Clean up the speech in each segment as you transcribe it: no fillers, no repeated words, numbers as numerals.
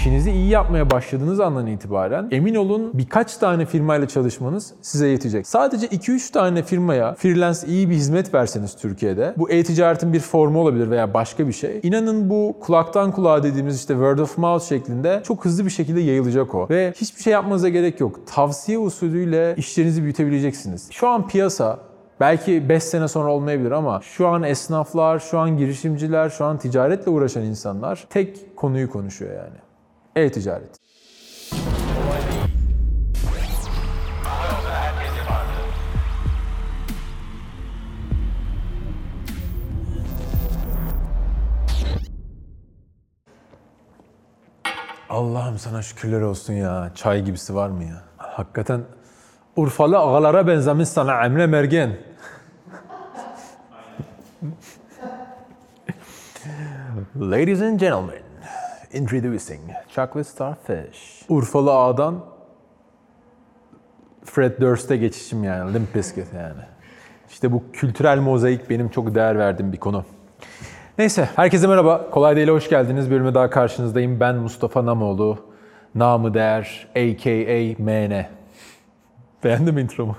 işinizi iyi yapmaya başladığınız andan itibaren emin olun birkaç tane firmayla çalışmanız size yetecek. Sadece 2-3 tane firmaya freelance iyi bir hizmet verseniz Türkiye'de, bu e-ticaretin bir formu olabilir veya başka bir şey. İnanın bu kulaktan kulağa dediğimiz işte word of mouth şeklinde çok hızlı bir şekilde yayılacak o. Ve hiçbir şey yapmanıza gerek yok. Tavsiye usulüyle işlerinizi büyütebileceksiniz. Şu an piyasa belki 5 sene sonra olmayabilir ama şu an esnaflar, şu an girişimciler, şu an ticaretle uğraşan insanlar tek konuyu konuşuyor yani. E-ticaret. Allah'ım sana şükürler olsun ya. Çay gibisi var mı ya? Hakikaten Urfalı ağalara benzemiş sana Emre Mergen. Ladies and gentlemen, introducing Chocolate Starfish. Urfalı ağadan Fred Durst'e geçişim yani, Limp Bizkit yani. İşte bu kültürel mozaik benim çok değer verdiğim bir konu. Neyse, herkese merhaba. Kolay Değil'e hoş geldiniz. Bir bölüme daha karşınızdayım. Ben Mustafa Namoğlu. Namı değer, a.k.a. MN. Beğendin mi intromu?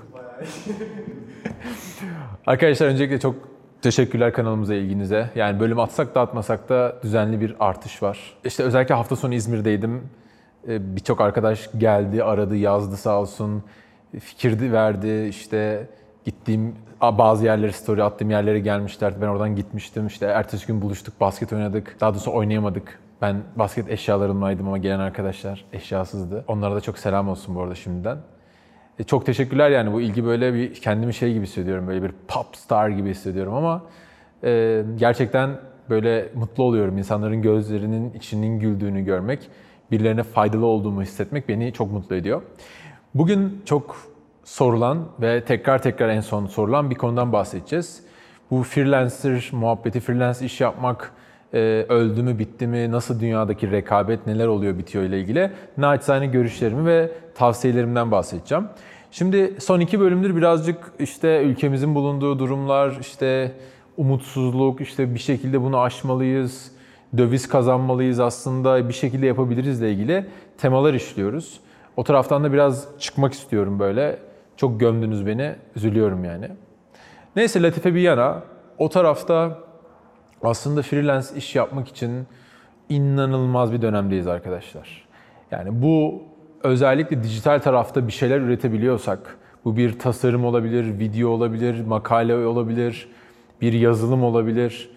Arkadaşlar öncelikle çok teşekkürler kanalımıza, ilginize. Yani bölüm atsak da atmasak da düzenli bir artış var. İşte özellikle hafta sonu İzmir'deydim. Birçok arkadaş geldi, aradı, yazdı sağ olsun. Fikir verdi, işte gittiğim bazı yerlere, story attığım yerlere gelmişlerdi. Ben oradan gitmiştim. İşte ertesi gün buluştuk, basket oynadık. Daha doğrusu oynayamadık. Ben basket eşyalarımlaydım ama gelen arkadaşlar eşyasızdı. Onlara da çok selam olsun bu arada şimdiden. Çok teşekkürler yani, bu ilgi böyle bir kendimi şey gibi hissediyorum, böyle bir pop star gibi hissediyorum ama gerçekten böyle mutlu oluyorum. İnsanların gözlerinin içinin güldüğünü görmek, birilerine faydalı olduğumu hissetmek beni çok mutlu ediyor. Bugün çok sorulan ve tekrar en son sorulan bir konudan bahsedeceğiz. Bu freelancer muhabbeti, freelance iş yapmak öldü mü, bitti mi, nasıl dünyadaki rekabet, neler oluyor, bitiyor ile ilgili naçizane görüşlerimi ve tavsiyelerimden bahsedeceğim. Şimdi son 2 bölümdür birazcık işte ülkemizin bulunduğu durumlar, işte umutsuzluk, işte bir şekilde bunu aşmalıyız, döviz kazanmalıyız, aslında bir şekilde yapabiliriz ile ilgili temalar işliyoruz. O taraftan da biraz çıkmak istiyorum böyle. Çok gömdünüz beni, üzülüyorum yani. Neyse, latife bir yana, o tarafta aslında freelance iş yapmak için inanılmaz bir dönemdeyiz arkadaşlar. Yani bu özellikle dijital tarafta bir şeyler üretebiliyorsak, bu bir tasarım olabilir, video olabilir, makale olabilir, bir yazılım olabilir,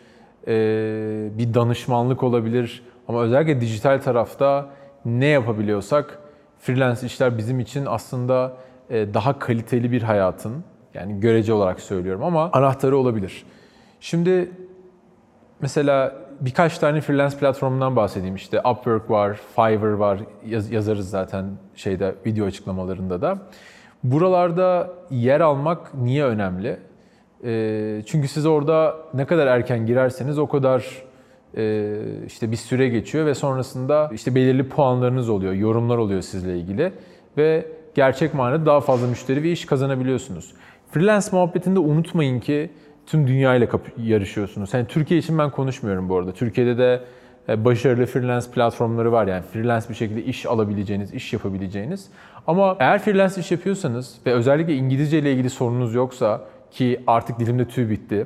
bir danışmanlık olabilir. Ama özellikle dijital tarafta ne yapabiliyorsak freelance işler bizim için aslında daha kaliteli bir hayatın, yani görece olarak söylüyorum ama anahtarı olabilir. Şimdi mesela birkaç tane freelance platformundan bahsedeyim. İşte Upwork var, Fiverr var, yazarız zaten video açıklamalarında da. Buralarda yer almak niye önemli? Çünkü siz orada ne kadar erken girerseniz o kadar işte bir süre geçiyor ve sonrasında işte belirli puanlarınız oluyor, yorumlar oluyor sizle ilgili ve gerçek manada daha fazla müşteri ve iş kazanabiliyorsunuz. Freelance muhabbetinde unutmayın ki tüm dünyayla yarışıyorsunuz. Yani Türkiye için ben konuşmuyorum bu arada. Türkiye'de de başarılı freelance platformları var. Yani freelance bir şekilde iş alabileceğiniz, iş yapabileceğiniz. Ama eğer freelance iş yapıyorsanız ve özellikle İngilizce ile ilgili sorunuz yoksa, ki artık dilimde tüy bitti.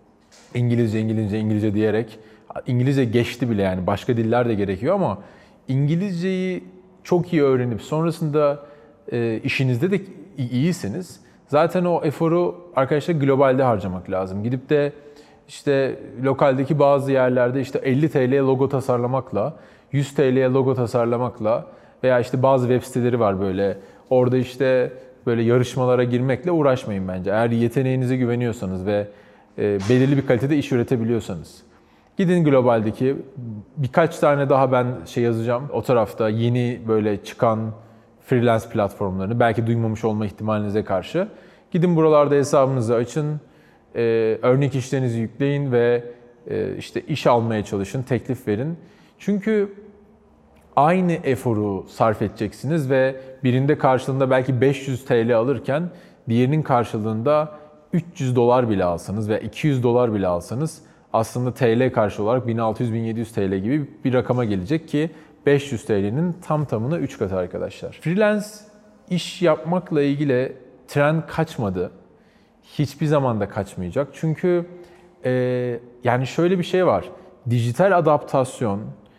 İngilizce diyerek. İngilizce geçti bile, yani başka diller de gerekiyor ama İngilizceyi çok iyi öğrenip sonrasında işinizde de iyisiniz. Zaten o eforu arkadaşlar globalde harcamak lazım. Gidip de işte lokaldeki bazı yerlerde işte 50 TL'ye logo tasarlamakla, 100 TL'ye logo tasarlamakla veya işte bazı web siteleri var böyle. Orada işte böyle yarışmalara girmekle uğraşmayın bence. Eğer yeteneğinize güveniyorsanız ve belirli bir kalitede iş üretebiliyorsanız. Gidin globaldeki birkaç tane daha ben yazacağım. O tarafta yeni böyle çıkan freelance platformlarını belki duymamış olma ihtimalinize karşı. Gidin buralarda hesabınızı açın, örnek işlerinizi yükleyin ve işte iş almaya çalışın, teklif verin. Çünkü aynı eforu sarf edeceksiniz ve birinde karşılığında belki 500 TL alırken diğerinin karşılığında 300 dolar bile alsanız ve 200 dolar bile alsanız aslında TL karşı olarak 1600-1700 TL gibi bir rakama gelecek ki 500 TL'nin tam tamına 3 katı arkadaşlar. Freelance iş yapmakla ilgili trend kaçmadı. Hiçbir zaman da kaçmayacak. Çünkü yani şöyle bir şey var. Dijital adaptasyon,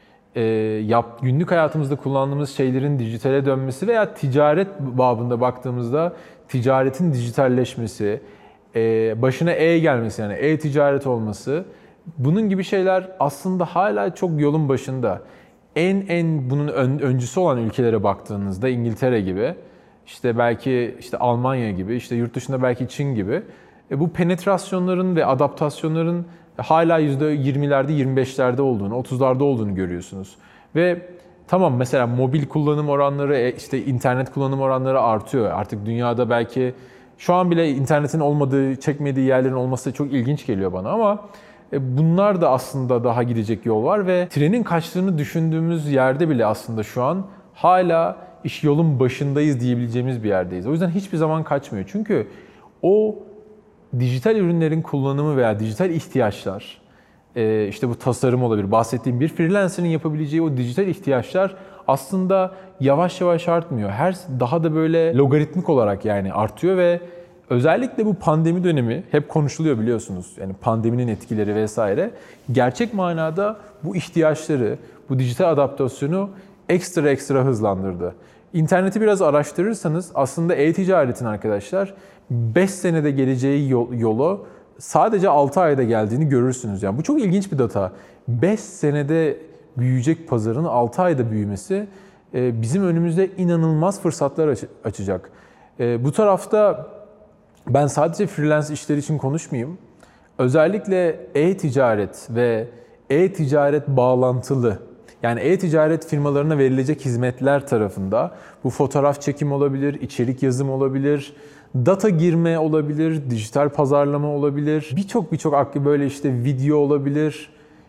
günlük hayatımızda kullandığımız şeylerin dijitale dönmesi veya ticaret babında baktığımızda ticaretin dijitalleşmesi, başına gelmesi yani e-ticaret olması, bunun gibi şeyler aslında hala çok yolun başında. En bunun öncüsü olan ülkelere baktığınızda İngiltere gibi, işte belki işte Almanya gibi, işte yurt dışında belki Çin gibi bu penetrasyonların ve adaptasyonların hala %20'lerde, 25'lerde olduğunu, 30'larda olduğunu görüyorsunuz. Ve tamam, mesela mobil kullanım oranları, işte internet kullanım oranları artıyor. Artık dünyada belki şu an bile internetin olmadığı, çekmediği yerlerin olması çok ilginç geliyor bana ama bunlar da aslında daha gidecek yol var ve trenin kaçtığını düşündüğümüz yerde bile aslında şu an hala iş yolun başındayız diyebileceğimiz bir yerdeyiz. O yüzden hiçbir zaman kaçmıyor. Çünkü o dijital ürünlerin kullanımı veya dijital ihtiyaçlar, işte bu tasarım olabilir, bahsettiğim bir freelancer'ın yapabileceği o dijital ihtiyaçlar aslında yavaş yavaş artmıyor. Daha da böyle logaritmik olarak yani artıyor ve özellikle bu pandemi dönemi hep konuşuluyor biliyorsunuz. Yani pandeminin etkileri vesaire. Gerçek manada bu ihtiyaçları, bu dijital adaptasyonu ekstra hızlandırdı. İnterneti biraz araştırırsanız aslında e-ticaretin arkadaşlar 5 senede geleceği yolu sadece 6 ayda geldiğini görürsünüz. Yani bu çok ilginç bir data. 5 senede büyüyecek pazarın 6 ayda büyümesi bizim önümüzde inanılmaz fırsatlar açacak. Bu tarafta ben sadece freelance işler için konuşmayayım. Özellikle e-ticaret ve e-ticaret bağlantılı, yani e-ticaret firmalarına verilecek hizmetler tarafında bu fotoğraf çekim olabilir, içerik yazım olabilir, data girme olabilir, dijital pazarlama olabilir, birçok böyle işte video olabilir,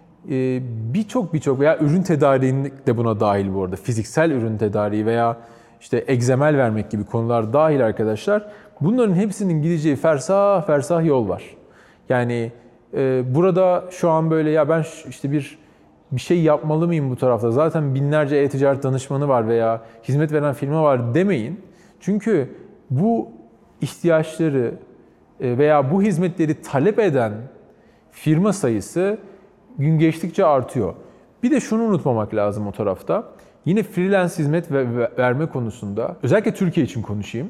birçok veya ürün tedariği de buna dahil bu arada. Fiziksel ürün tedariği veya işte egzemel vermek gibi konular dahil arkadaşlar. Bunların hepsinin gideceği fersah yol var. Yani burada şu an böyle ya ben işte bir şey yapmalı mıyım bu tarafta? Zaten binlerce e-ticaret danışmanı var veya hizmet veren firma var demeyin. Çünkü bu ihtiyaçları veya bu hizmetleri talep eden firma sayısı gün geçtikçe artıyor. Bir de şunu unutmamak lazım o tarafta. Yine freelance hizmet verme konusunda, özellikle Türkiye için konuşayım.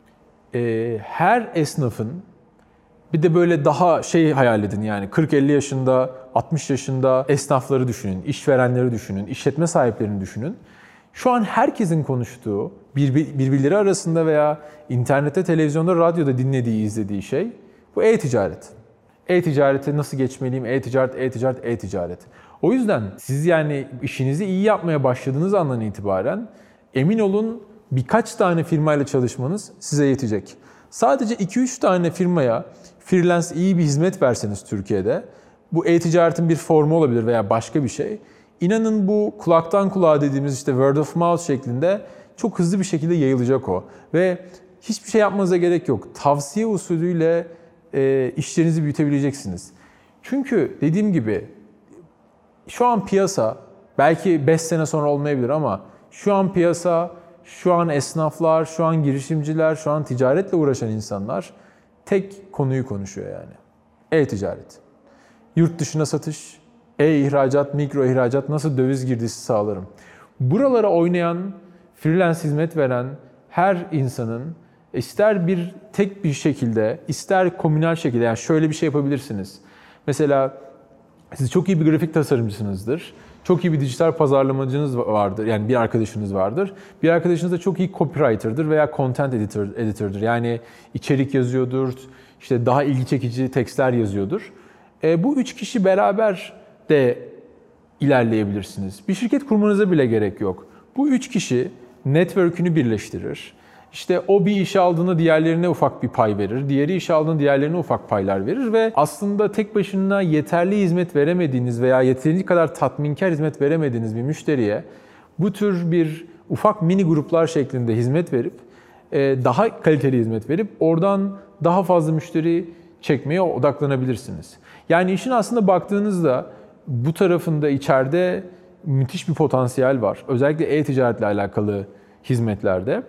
Her esnafın, bir de böyle daha hayal edin yani 40-50 yaşında, 60 yaşında esnafları düşünün, işverenleri düşünün, işletme sahiplerini düşünün. Şu an herkesin konuştuğu, birbirleri arasında veya internette, televizyonda, radyoda dinlediği, izlediği şey bu e-ticaret. E-ticarete nasıl geçmeliyim? E-ticaret. O yüzden siz yani işinizi iyi yapmaya başladığınız andan itibaren emin olun birkaç tane firmayla çalışmanız size yetecek. Sadece 2-3 tane firmaya freelance iyi bir hizmet verseniz Türkiye'de, bu e-ticaretin bir formu olabilir veya başka bir şey. İnanın bu kulaktan kulağa dediğimiz işte word of mouth şeklinde çok hızlı bir şekilde yayılacak o. Ve hiçbir şey yapmanıza gerek yok. Tavsiye usulüyle işlerinizi büyütebileceksiniz. Çünkü dediğim gibi şu an piyasa belki 5 sene sonra olmayabilir ama şu an piyasa, şu an esnaflar, şu an girişimciler, şu an ticaretle uğraşan insanlar tek konuyu konuşuyor yani. E-ticaret. Yurt dışına satış, e-ihracat, mikro ihracat, nasıl döviz girdisi sağlarım. Buralara oynayan, freelance hizmet veren her insanın ister tek bir şekilde, ister komünel şekilde, yani şöyle bir şey yapabilirsiniz. Mesela siz çok iyi bir grafik tasarımcısınızdır. Çok iyi bir dijital pazarlamacınız vardır. Yani bir arkadaşınız vardır. Bir arkadaşınız da çok iyi copywriter'dır veya content editor'dır. Yani içerik yazıyordur, işte daha ilgi çekici tekstler yazıyordur. Bu 3 kişi beraber de ilerleyebilirsiniz. Bir şirket kurmanıza bile gerek yok. Bu 3 kişi network'ünü birleştirir. İşte o bir işe aldığında diğerlerine ufak bir pay verir. Diğeri işe aldığında diğerlerine ufak paylar verir ve aslında tek başına yeterli hizmet veremediğiniz veya yeterince kadar tatminkar hizmet veremediğiniz bir müşteriye bu tür bir ufak mini gruplar şeklinde hizmet verip daha kaliteli hizmet verip oradan daha fazla müşteri çekmeye odaklanabilirsiniz. Yani işin aslında baktığınızda bu tarafında içeride müthiş bir potansiyel var. Özellikle e-ticaretle alakalı hizmetlerde.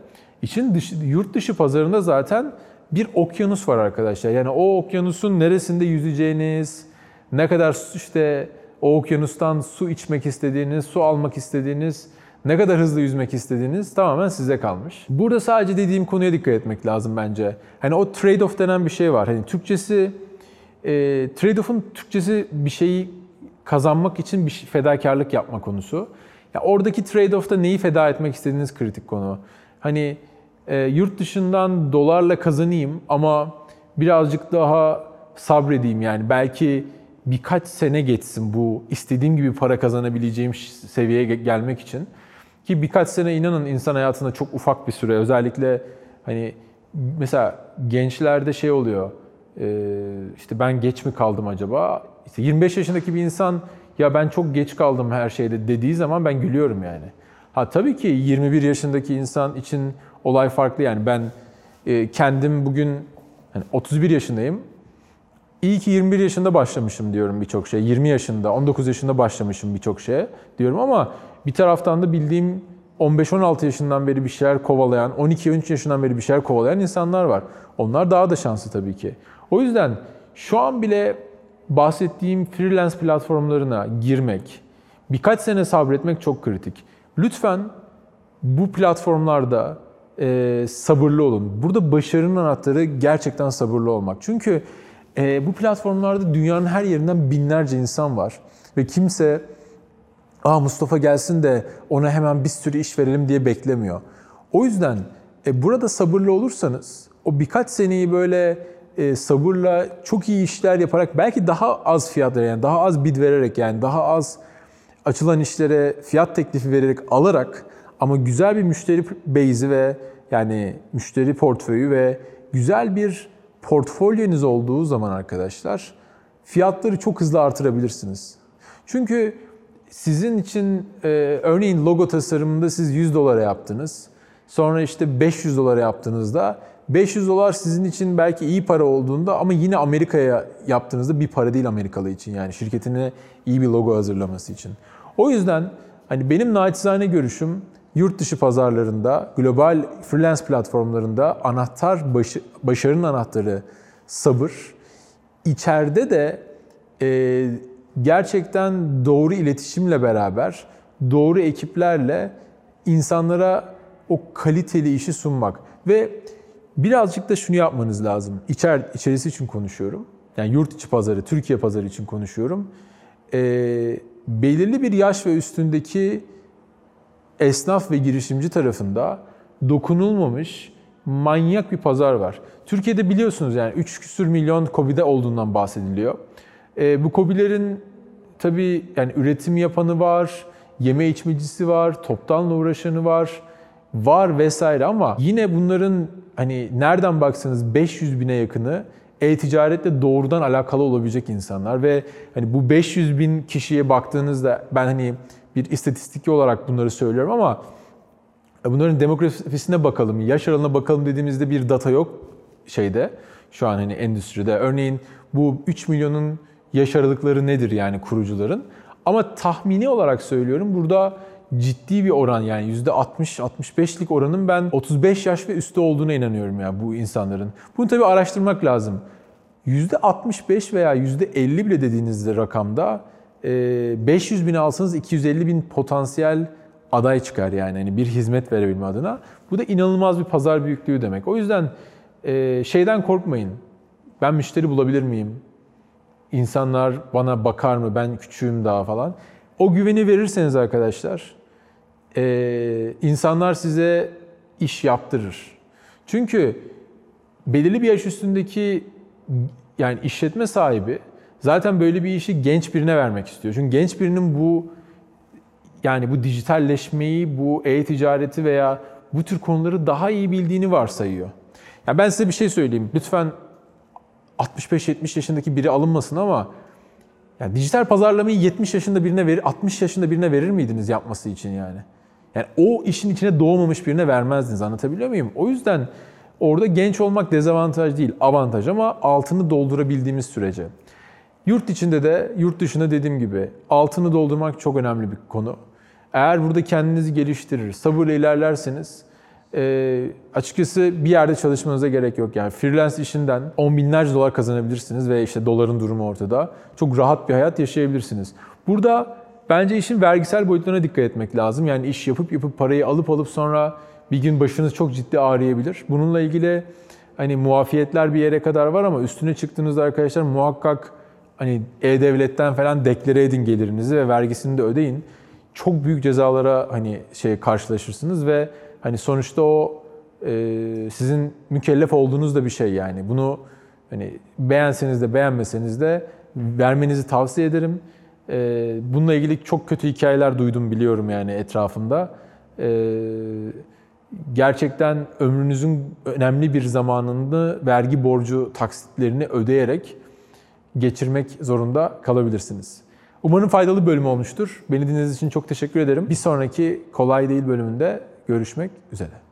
Yurt dışı pazarında zaten bir okyanus var arkadaşlar. Yani o okyanusun neresinde yüzeceğiniz, ne kadar işte o okyanustan su içmek istediğiniz, su almak istediğiniz, ne kadar hızlı yüzmek istediğiniz tamamen size kalmış. Burada sadece dediğim konuya dikkat etmek lazım bence. Hani o trade-off denen bir şey var. Hani Türkçesi, trade-off'un Türkçesi bir şeyi kazanmak için bir fedakarlık yapma konusu. Ya oradaki trade-off'ta neyi feda etmek istediğiniz kritik konu. Hani yurt dışından dolarla kazanayım ama birazcık daha sabredeyim yani. Belki birkaç sene geçsin bu istediğim gibi para kazanabileceğim seviyeye gelmek için. Ki birkaç sene inanın insan hayatında çok ufak bir süre. Özellikle hani mesela gençlerde şey oluyor. İşte ben geç mi kaldım acaba? İşte 25 yaşındaki bir insan ya ben çok geç kaldım her şeyde dediği zaman ben gülüyorum yani. Ha tabii ki 21 yaşındaki insan için olay farklı yani. Ben kendim bugün hani 31 yaşındayım. İyi ki 21 yaşında başlamışım diyorum birçok şey. 20 yaşında, 19 yaşında başlamışım birçok şeye diyorum ama bir taraftan da bildiğim 15-16 yaşından beri bir şeyler kovalayan, 12-13 yaşından beri bir şeyler kovalayan insanlar var. Onlar daha da şanslı tabii ki. O yüzden şu an bile bahsettiğim freelance platformlarına girmek, birkaç sene sabretmek çok kritik. Lütfen bu platformlarda sabırlı olun. Burada başarının anahtarı gerçekten sabırlı olmak. Çünkü bu platformlarda dünyanın her yerinden binlerce insan var. Ve kimse Mustafa gelsin de ona hemen bir sürü iş verelim diye beklemiyor. O yüzden burada sabırlı olursanız o birkaç seneyi böyle sabırla çok iyi işler yaparak belki daha az fiyat yani daha az bid vererek yani daha az açılan işlere fiyat teklifi vererek alarak ama güzel bir müşteri base'i ve yani müşteri portföyü ve güzel bir portfolyonuz olduğu zaman arkadaşlar fiyatları çok hızlı artırabilirsiniz. Çünkü sizin için örneğin logo tasarımında siz 100 dolara yaptınız. Sonra işte 500 dolara yaptığınızda 500 dolar sizin için belki iyi para olduğunda ama yine Amerika'ya yaptığınızda bir para değil Amerikalı için yani şirketine iyi bir logo hazırlaması için. O yüzden hani benim naçizane görüşüm yurt dışı pazarlarında, global freelance platformlarında başarının anahtarı sabır. İçeride de gerçekten doğru iletişimle beraber, doğru ekiplerle insanlara o kaliteli işi sunmak. Ve birazcık da şunu yapmanız lazım. İçerisi için konuşuyorum. Yani yurt içi pazarı, Türkiye pazarı için konuşuyorum. Belirli bir yaş ve üstündeki esnaf ve girişimci tarafında dokunulmamış manyak bir pazar var. Türkiye'de biliyorsunuz yani 3 küsur milyon KOBİ'de olduğundan bahsediliyor. Bu KOBİ'lerin tabii yani üretim yapanı var, yeme içmecisi var, toptanla uğraşanı var vesaire ama yine bunların hani nereden baksanız 500 bine yakını e-ticaretle doğrudan alakalı olabilecek insanlar ve hani bu 500 bin kişiye baktığınızda ben hani bir istatistik olarak bunları söylüyorum ama bunların demografisine bakalım, yaş aralığına bakalım dediğimizde bir data yok şeyde şu an hani endüstride. Örneğin bu 3 milyonun yaş aralıkları nedir yani kurucuların? Ama tahmini olarak söylüyorum burada ciddi bir oran yani %60-65'lik oranın ben 35 yaş ve üstü olduğuna inanıyorum ya bu insanların. Bunu tabii araştırmak lazım. %65 veya %50 bile dediğinizde rakamda 500 bin alsanız 250 bin potansiyel aday çıkar yani hani bir hizmet verebilme adına. Bu da inanılmaz bir pazar büyüklüğü demek. O yüzden şeyden korkmayın. Ben müşteri bulabilir miyim? İnsanlar bana bakar mı? Ben küçüğüm daha falan. O güveni verirseniz arkadaşlar insanlar size iş yaptırır. Çünkü belirli bir yaş üstündeki yani işletme sahibi zaten böyle bir işi genç birine vermek istiyor. Çünkü genç birinin bu dijitalleşmeyi, bu e-ticareti veya bu tür konuları daha iyi bildiğini varsayıyor. Ya ben size bir şey söyleyeyim. Lütfen 65-70 yaşındaki biri alınmasın ama yani dijital pazarlamayı 70 yaşında birine 60 yaşında birine verir miydiniz yapması için yani? Yani o işin içine doğmamış birine vermezdiniz. Anlatabiliyor muyum? O yüzden orada genç olmak dezavantaj değil, avantaj ama altını doldurabildiğimiz sürece. Yurt içinde de, yurt dışında dediğim gibi altını doldurmak çok önemli bir konu. Eğer burada kendinizi geliştirir, sabırla ilerlerseniz açıkçası bir yerde çalışmanıza gerek yok. Yani freelance işinden on binlerce dolar kazanabilirsiniz ve işte doların durumu ortada. Çok rahat bir hayat yaşayabilirsiniz. Burada bence işin vergisel boyutlarına dikkat etmek lazım. Yani iş yapıp parayı alıp sonra bir gün başınız çok ciddi ağrıyabilir. Bununla ilgili hani muafiyetler bir yere kadar var ama üstüne çıktığınızda arkadaşlar muhakkak hani E-Devlet'ten falan deklare edin gelirinizi ve vergisini de ödeyin. Çok büyük cezalara hani karşılaşırsınız ve hani sonuçta o sizin mükellef olduğunuz da bir şey yani. Bunu hani beğenseniz de beğenmeseniz de vermenizi tavsiye ederim. Bununla ilgili çok kötü hikayeler duydum biliyorum yani etrafımda. Gerçekten ömrünüzün önemli bir zamanını vergi borcu taksitlerini ödeyerek geçirmek zorunda kalabilirsiniz. Umarım faydalı bir bölüm olmuştur. Beni dinlediğiniz için çok teşekkür ederim. Bir sonraki Kolay Değil bölümünde görüşmek üzere.